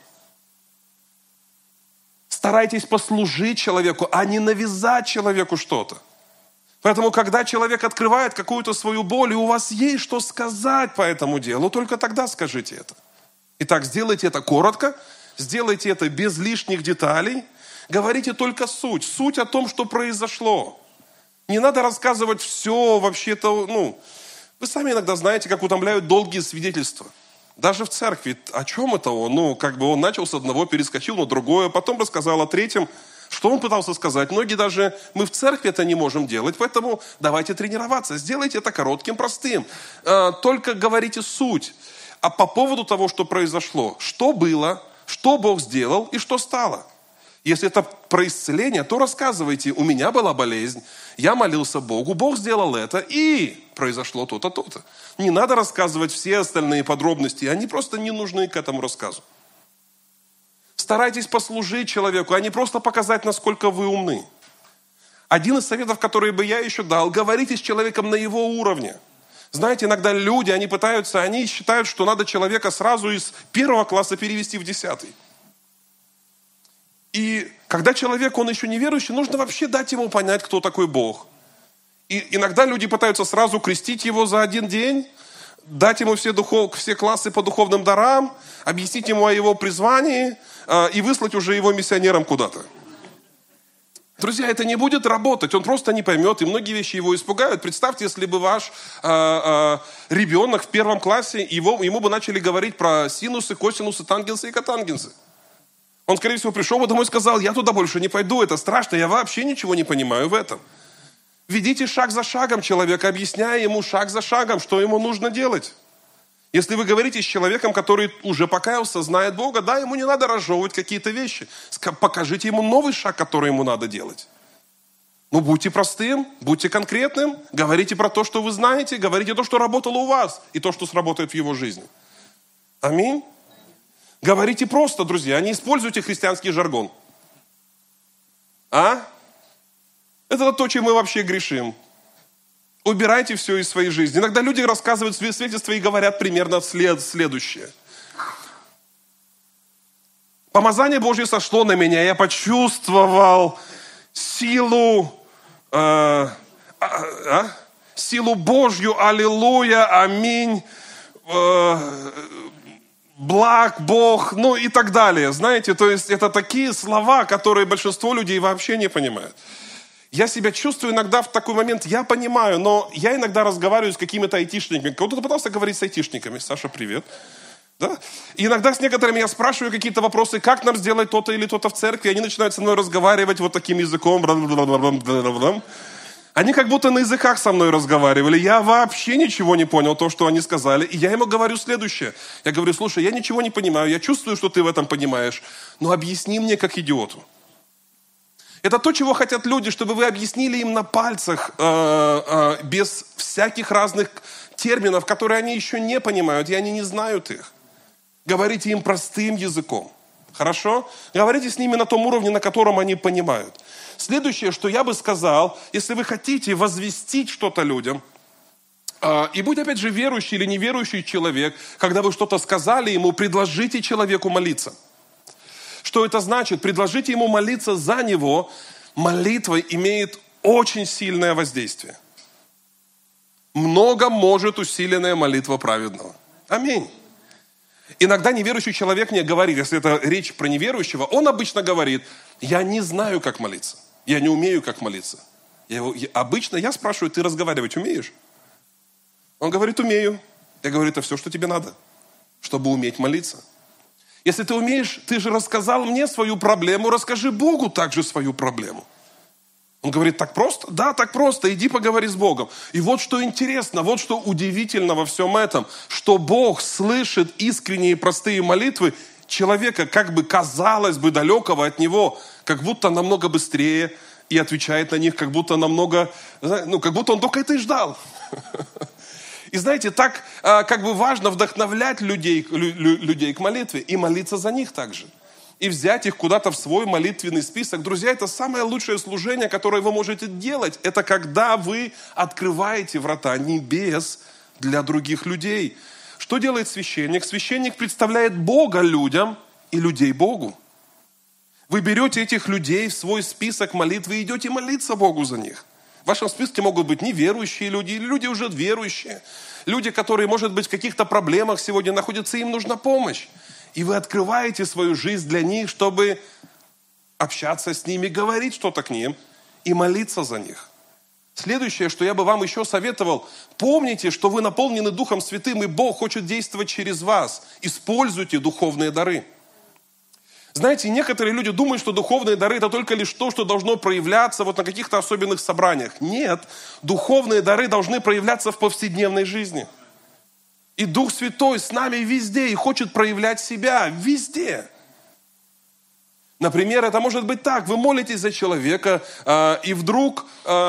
Старайтесь послужить человеку, а не навязать человеку что-то. Поэтому, когда человек открывает какую-то свою боль, и у вас есть что сказать по этому делу, только тогда скажите это. Итак, сделайте это коротко, сделайте это без лишних деталей, говорите только суть. Суть о том, что произошло. Не надо рассказывать все вообще-то, вы сами иногда знаете, как утомляют долгие свидетельства. Даже в церкви. О чем это он? Он начал с одного, перескочил на другое, потом рассказал о третьем. Что он пытался сказать? Многие даже, мы в церкви это не можем делать, поэтому давайте тренироваться. Сделайте это коротким, простым. Только говорите суть. А по поводу того, что произошло, что было, что Бог сделал и что стало. Если это про исцеление, то рассказывайте. У меня была болезнь, я молился Богу, Бог сделал это, и произошло то-то, то-то. Не надо рассказывать все остальные подробности, они просто не нужны к этому рассказу. Старайтесь послужить человеку, а не просто показать, насколько вы умны. Один из советов, который бы я еще дал, говорите с человеком на его уровне. Знаете, иногда люди, они считают, что надо человека сразу из 1 класса перевести в 10. И когда человек, он еще неверующий, нужно вообще дать ему понять, кто такой Бог. И иногда люди пытаются сразу крестить его за один день, дать ему все классы по духовным дарам, объяснить ему о его призвании и выслать уже его миссионером куда-то. Друзья, это не будет работать, он просто не поймет, и многие вещи его испугают. Представьте, если бы ваш ребенок в 1 классе, ему бы начали говорить про синусы, косинусы, тангенсы и котангенсы. Он, скорее всего, пришел бы домой и сказал: я туда больше не пойду, это страшно, я вообще ничего не понимаю в этом. Ведите шаг за шагом человека, объясняя ему шаг за шагом, что ему нужно делать. Если вы говорите с человеком, который уже покаялся, знает Бога, да, ему не надо разжевывать какие-то вещи. Покажите ему новый шаг, который ему надо делать. Будьте простым, будьте конкретным, говорите про то, что вы знаете, говорите то, что работало у вас, и то, что сработает в его жизни. Аминь. Говорите просто, друзья, не используйте христианский жаргон. Это то, чем мы вообще грешим. Убирайте все из своей жизни. Иногда люди рассказывают свидетельства и говорят примерно следующее. Помазание Божье сошло на меня, я почувствовал силу Божью, аллилуйя, аминь, благ Бог, и так далее. Знаете, то есть это такие слова, которые большинство людей вообще не понимают. Я себя чувствую иногда в такой момент, я понимаю, но я иногда разговариваю с какими-то айтишниками. Кто-то пытался говорить с айтишниками. Саша, привет. Да? И иногда с некоторыми я спрашиваю какие-то вопросы, как нам сделать то-то или то-то в церкви. Они начинают со мной разговаривать вот таким языком. Они как будто на языках со мной разговаривали. Я вообще ничего не понял, то, что они сказали. И я ему говорю следующее. Я говорю: слушай, я ничего не понимаю, я чувствую, что ты в этом понимаешь, но объясни мне как идиоту. Это то, чего хотят люди, чтобы вы объяснили им на пальцах, без всяких разных терминов, которые они еще не понимают, и они не знают их. Говорите им простым языком. Хорошо? Говорите с ними на том уровне, на котором они понимают. Следующее, что я бы сказал, если вы хотите возвестить что-то людям, и будь опять же верующий или неверующий человек, когда вы что-то сказали ему, предложите человеку молиться. Что это значит? Предложите ему молиться за него. Молитва имеет очень сильное воздействие. Много может усиленная молитва праведного. Аминь. Иногда неверующий человек мне говорит, если это речь про неверующего, он обычно говорит: я не знаю, как молиться. Я не умею, как молиться. Обычно я спрашиваю: ты разговаривать умеешь? Он говорит: умею. Я говорю: это все, что тебе надо, чтобы уметь молиться. Если ты умеешь, ты же рассказал мне свою проблему, расскажи Богу также свою проблему. Он говорит: так просто? Да, так просто, иди поговори с Богом. И вот что интересно, вот что удивительно во всем этом, что Бог слышит искренние простые молитвы человека, как бы казалось бы далекого от него, как будто намного быстрее и отвечает на них, как будто намного, как будто он только это и ждал. И знаете, так как бы важно вдохновлять людей к молитве и молиться за них также. И взять их куда-то в свой молитвенный список. Друзья, это самое лучшее служение, которое вы можете делать. Это когда вы открываете врата небес для других людей. Что делает священник? Священник представляет Бога людям и людей Богу. Вы берете этих людей в свой список молитвы и идете молиться Богу за них. В вашем списке могут быть неверующие люди или люди уже верующие. Люди, которые, может быть, в каких-то проблемах сегодня находятся, им нужна помощь. И вы открываете свою жизнь для них, чтобы общаться с ними, говорить что-то к ним и молиться за них. Следующее, что я бы вам еще советовал, помните, что вы наполнены Духом Святым, и Бог хочет действовать через вас. Используйте духовные дары. Знаете, некоторые люди думают, что духовные дары – это только лишь то, что должно проявляться вот на каких-то особенных собраниях. Нет, духовные дары должны проявляться в повседневной жизни. И Дух Святой с нами везде и хочет проявлять себя везде. Например, это может быть так. Вы молитесь за человека, и вдруг,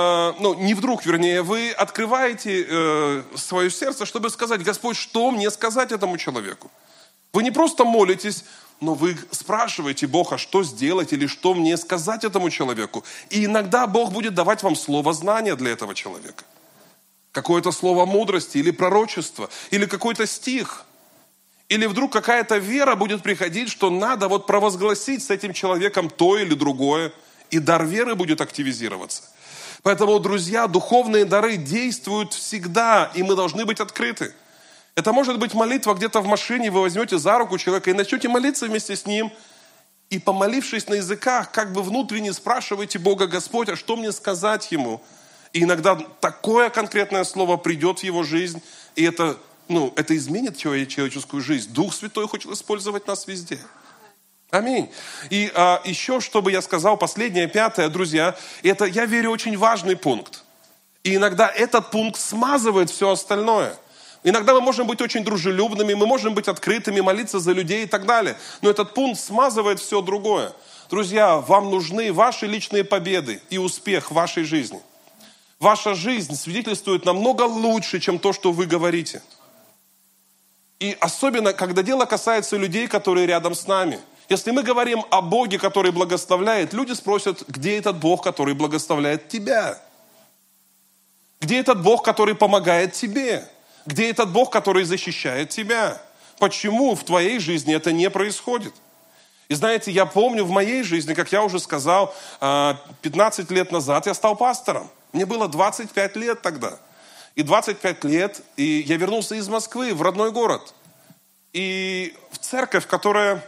вы открываете свое сердце, чтобы сказать: Господь, что мне сказать этому человеку? Вы не просто молитесь, но вы спрашиваете Бога, что сделать или что мне сказать этому человеку. И иногда Бог будет давать вам слово знания для этого человека. Какое-то слово мудрости или пророчество, или какой-то стих. Или вдруг какая-то вера будет приходить, что надо вот провозгласить с этим человеком то или другое, и дар веры будет активизироваться. Поэтому, друзья, духовные дары действуют всегда, и мы должны быть открыты. Это может быть молитва где-то в машине, вы возьмете за руку человека и начнете молиться вместе с ним, и, помолившись на языках, как бы внутренне спрашиваете Бога: Господь, а что мне сказать ему? И иногда такое конкретное слово придет в его жизнь, и это изменит человеческую жизнь. Дух Святой хочет использовать нас везде. Аминь. И еще, что бы я сказал, последнее, пятое, друзья, это, я верю, очень важный пункт. И иногда этот пункт смазывает все остальное. Иногда мы можем быть очень дружелюбными, мы можем быть открытыми, молиться за людей и так далее. Но этот пункт смазывает все другое. Друзья, вам нужны ваши личные победы и успех в вашей жизни. Ваша жизнь свидетельствует намного лучше, чем то, что вы говорите. И особенно, когда дело касается людей, которые рядом с нами. Если мы говорим о Боге, который благословляет, люди спросят: где этот Бог, который благословляет тебя? Где этот Бог, который помогает тебе? Где этот Бог, который защищает тебя? Почему в твоей жизни это не происходит? И знаете, я помню в моей жизни, как я уже сказал, 15 лет назад я стал пастором. Мне было 25 лет тогда. И 25 лет, и я вернулся из Москвы в родной город. И в церковь, которая,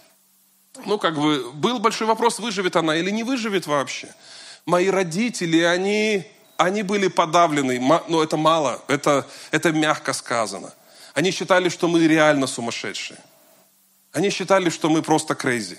был большой вопрос, выживет она или не выживет вообще. Мои родители, они были подавлены, но это мало, это мягко сказано. Они считали, что мы реально сумасшедшие. Они считали, что мы просто crazy.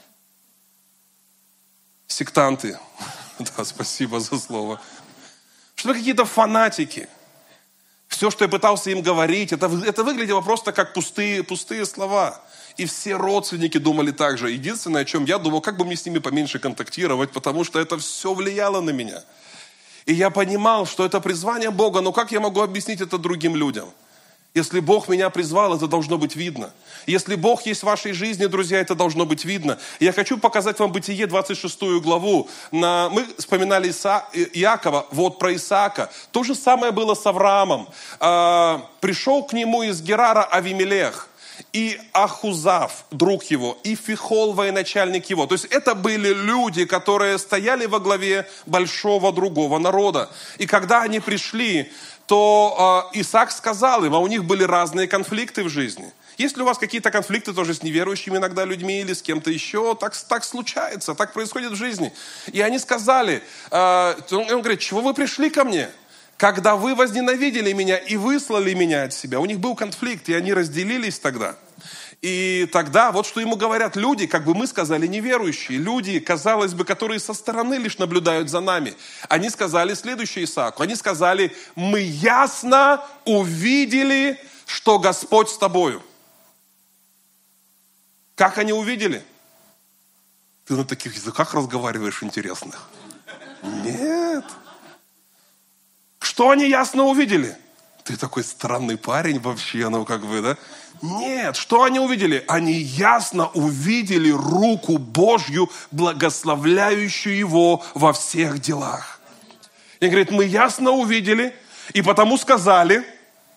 Сектанты. Да, спасибо за слово. Что мы какие-то фанатики. Все, что я пытался им говорить, это выглядело просто как пустые слова. И все родственники думали так же. Единственное, о чем я думал, как бы мне с ними поменьше контактировать, потому что это все влияло на меня. И я понимал, что это призвание Бога, но как я могу объяснить это другим людям? Если Бог меня призвал, это должно быть видно. Если Бог есть в вашей жизни, друзья, это должно быть видно. И я хочу показать вам Бытие, 26 главу. Мы вспоминали Иакова, вот про Исаака. То же самое было с Авраамом. Пришел к нему из Герара Авимелех, и Ахузав, друг его, и Фихол, военачальник его. То есть это были люди, которые стояли во главе большого другого народа. И когда они пришли, то Исаак сказал им, а у них были разные конфликты в жизни. Есть ли у вас какие-то конфликты тоже с неверующими иногда людьми или с кем-то еще? Так случается, так происходит в жизни. И они сказали, он говорит: чего вы пришли ко мне? Когда вы возненавидели меня и выслали меня от себя. У них был конфликт, и они разделились тогда. И тогда вот что ему говорят люди, как бы мы сказали, неверующие. Люди, казалось бы, которые со стороны лишь наблюдают за нами. Они сказали следующее Исааку. Они сказали: мы ясно увидели, что Господь с тобою. Как они увидели? Ты на таких языках разговариваешь интересных. Нет. Что они ясно увидели? Ты такой странный парень вообще, ну как бы, да? Нет, что они увидели? Они ясно увидели руку Божью, благословляющую его во всех делах. И говорит, мы ясно увидели, и потому сказали,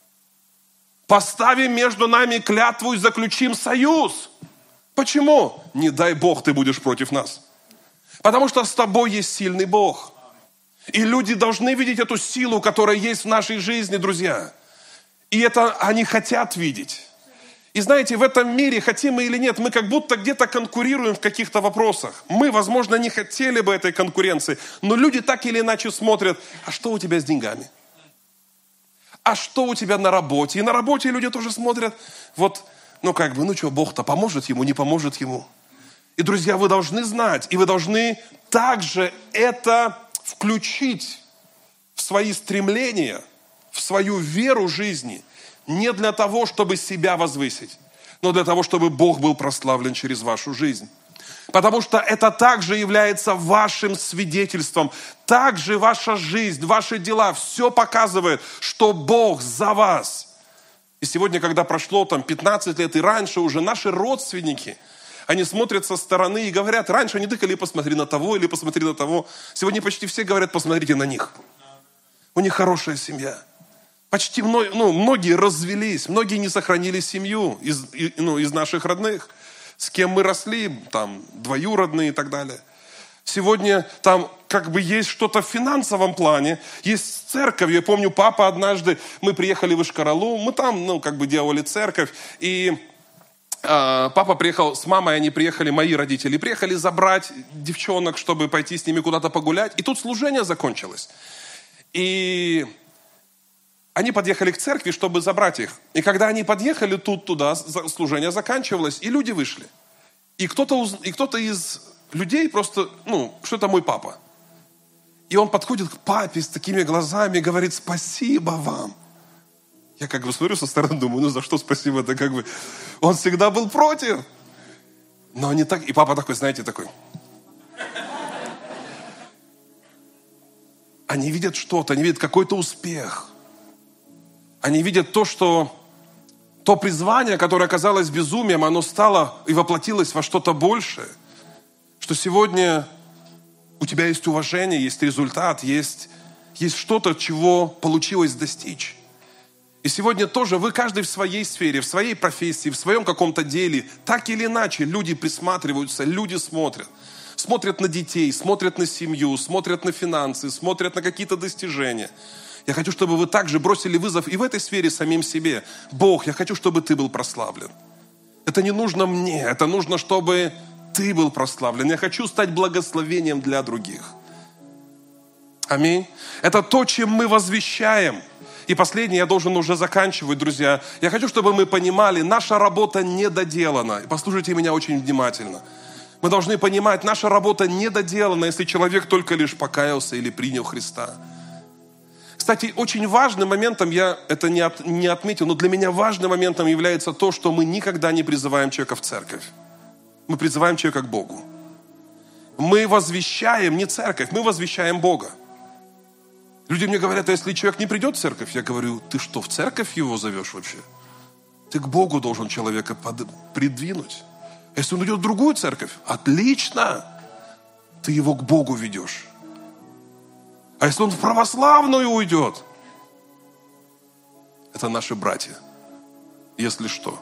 поставим между нами клятву и заключим союз. Почему? Не дай Бог, ты будешь против нас. Потому что с тобой есть сильный Бог. И люди должны видеть эту силу, которая есть в нашей жизни, друзья. И это они хотят видеть. И знаете, в этом мире, хотим мы или нет, мы как будто где-то конкурируем в каких-то вопросах. Мы, возможно, не хотели бы этой конкуренции, но люди так или иначе смотрят, а что у тебя с деньгами? А что у тебя на работе? И на работе люди тоже смотрят, вот, что, Бог-то поможет ему, не поможет ему. И, друзья, вы должны знать, и вы должны также это включить в свои стремления, в свою веру жизни, не для того, чтобы себя возвысить, но для того, чтобы Бог был прославлен через вашу жизнь. Потому что это также является вашим свидетельством. Также ваша жизнь, ваши дела, все показывает, что Бог за вас. И сегодня, когда прошло 15 лет и раньше, уже наши родственники, они смотрят со стороны и говорят, раньше они тыкали, посмотри на того или посмотри на того. Сегодня почти все говорят, посмотрите на них. У них хорошая семья. Почти многие развелись, многие не сохранили семью из наших родных, с кем мы росли, двоюродные и так далее. Сегодня есть что-то в финансовом плане, есть церковь. Я помню, папа однажды, мы приехали в Ишкаралу, мы там, делали церковь, и папа приехал с мамой, они приехали, мои родители, приехали забрать девчонок, чтобы пойти с ними куда-то погулять, и тут служение закончилось. И они подъехали к церкви, чтобы забрать их. И когда они подъехали туда, служение заканчивалось, и люди вышли. И кто-то из людей просто, что это мой папа. И он подходит к папе с такими глазами и говорит, спасибо вам. Я смотрю со стороны, думаю, за что спасибо? Это он всегда был против. Но не так. И папа такой, знаете, такой. Они видят что-то, они видят какой-то успех. Они видят то призвание, которое оказалось безумием, оно стало и воплотилось во что-то большее. Что сегодня у тебя есть уважение, есть результат, есть что-то, чего получилось достичь. И сегодня тоже вы каждый в своей сфере, в своей профессии, в своем каком-то деле, так или иначе люди присматриваются, люди смотрят. Смотрят на детей, смотрят на семью, смотрят на финансы, смотрят на какие-то достижения. Я хочу, чтобы вы также бросили вызов и в этой сфере самим себе. Бог, я хочу, чтобы Ты был прославлен. Это не нужно мне, это нужно, чтобы Ты был прославлен. Я хочу стать благословением для других. Аминь. Это то, чем мы возвещаем. И последнее, я должен уже заканчивать, друзья. Я хочу, чтобы мы понимали, наша работа не доделана. Послушайте меня очень внимательно. Мы должны понимать, наша работа не доделана, если человек только лишь покаялся или принял Христа. Кстати, очень важным моментом, я это не отметил, но для меня важным моментом является то, что мы никогда не призываем человека в церковь. Мы призываем человека к Богу. Мы возвещаем не церковь, мы возвещаем Бога. Люди мне говорят, а если человек не придет в церковь? Я говорю, ты что, в церковь его зовешь вообще? Ты к Богу должен человека придвинуть. А если он идет в другую церковь, отлично, ты его к Богу ведешь. А если он в православную уйдет, это наши братья, если что.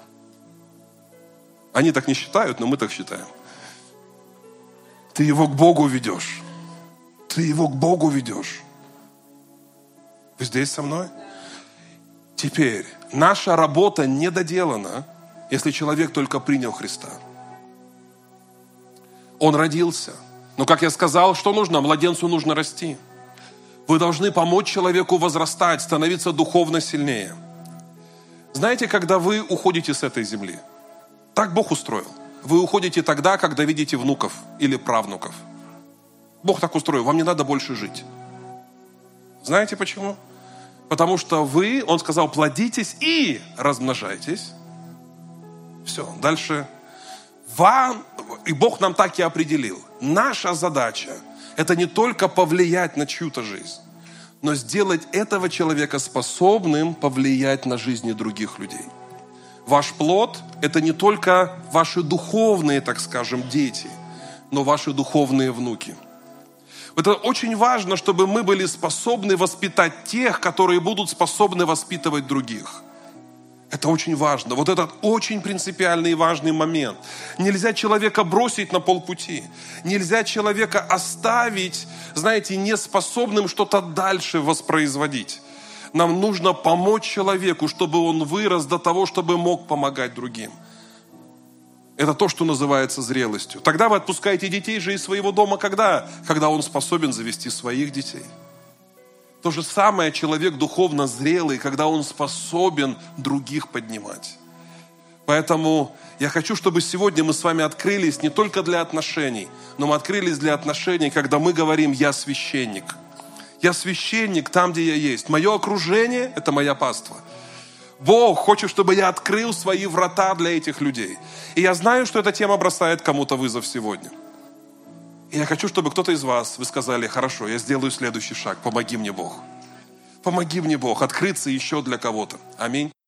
Они так не считают, но мы так считаем. Ты его к Богу ведешь. Ты его к Богу ведешь. Вы здесь со мной? Теперь, наша работа не доделана, если человек только принял Христа. Он родился. Но, как я сказал, что нужно? Младенцу нужно расти. Вы должны помочь человеку возрастать, становиться духовно сильнее. Знаете, когда вы уходите с этой земли, так Бог устроил. Вы уходите тогда, когда видите внуков или правнуков. Бог так устроил, вам не надо больше жить. Знаете почему? Потому что вы, Он сказал, плодитесь и размножайтесь. Все, дальше. и Бог нам так и определил. Наша задача – это не только повлиять на чью-то жизнь, но сделать этого человека способным повлиять на жизни других людей. Ваш плод – это не только ваши духовные, так скажем, дети, но ваши духовные внуки. Это очень важно, чтобы мы были способны воспитать тех, которые будут способны воспитывать других. Это очень важно. Вот этот очень принципиальный и важный момент. Нельзя человека бросить на полпути. Нельзя человека оставить, знаете, неспособным что-то дальше воспроизводить. Нам нужно помочь человеку, чтобы он вырос до того, чтобы мог помогать другим. Это то, что называется зрелостью. Тогда вы отпускаете детей же из своего дома когда? Когда он способен завести своих детей. То же самое человек духовно зрелый, когда он способен других поднимать. Поэтому я хочу, чтобы сегодня мы с вами открылись не только для отношений, но мы открылись для отношений, когда мы говорим «я священник». Я священник там, где я есть. Мое окружение – это моя паства. Бог хочет, чтобы я открыл свои врата для этих людей. И я знаю, что эта тема бросает кому-то вызов сегодня. И я хочу, чтобы кто-то из вас, вы сказали: хорошо, я сделаю следующий шаг, помоги мне Бог. Помоги мне Бог открыться еще для кого-то. Аминь.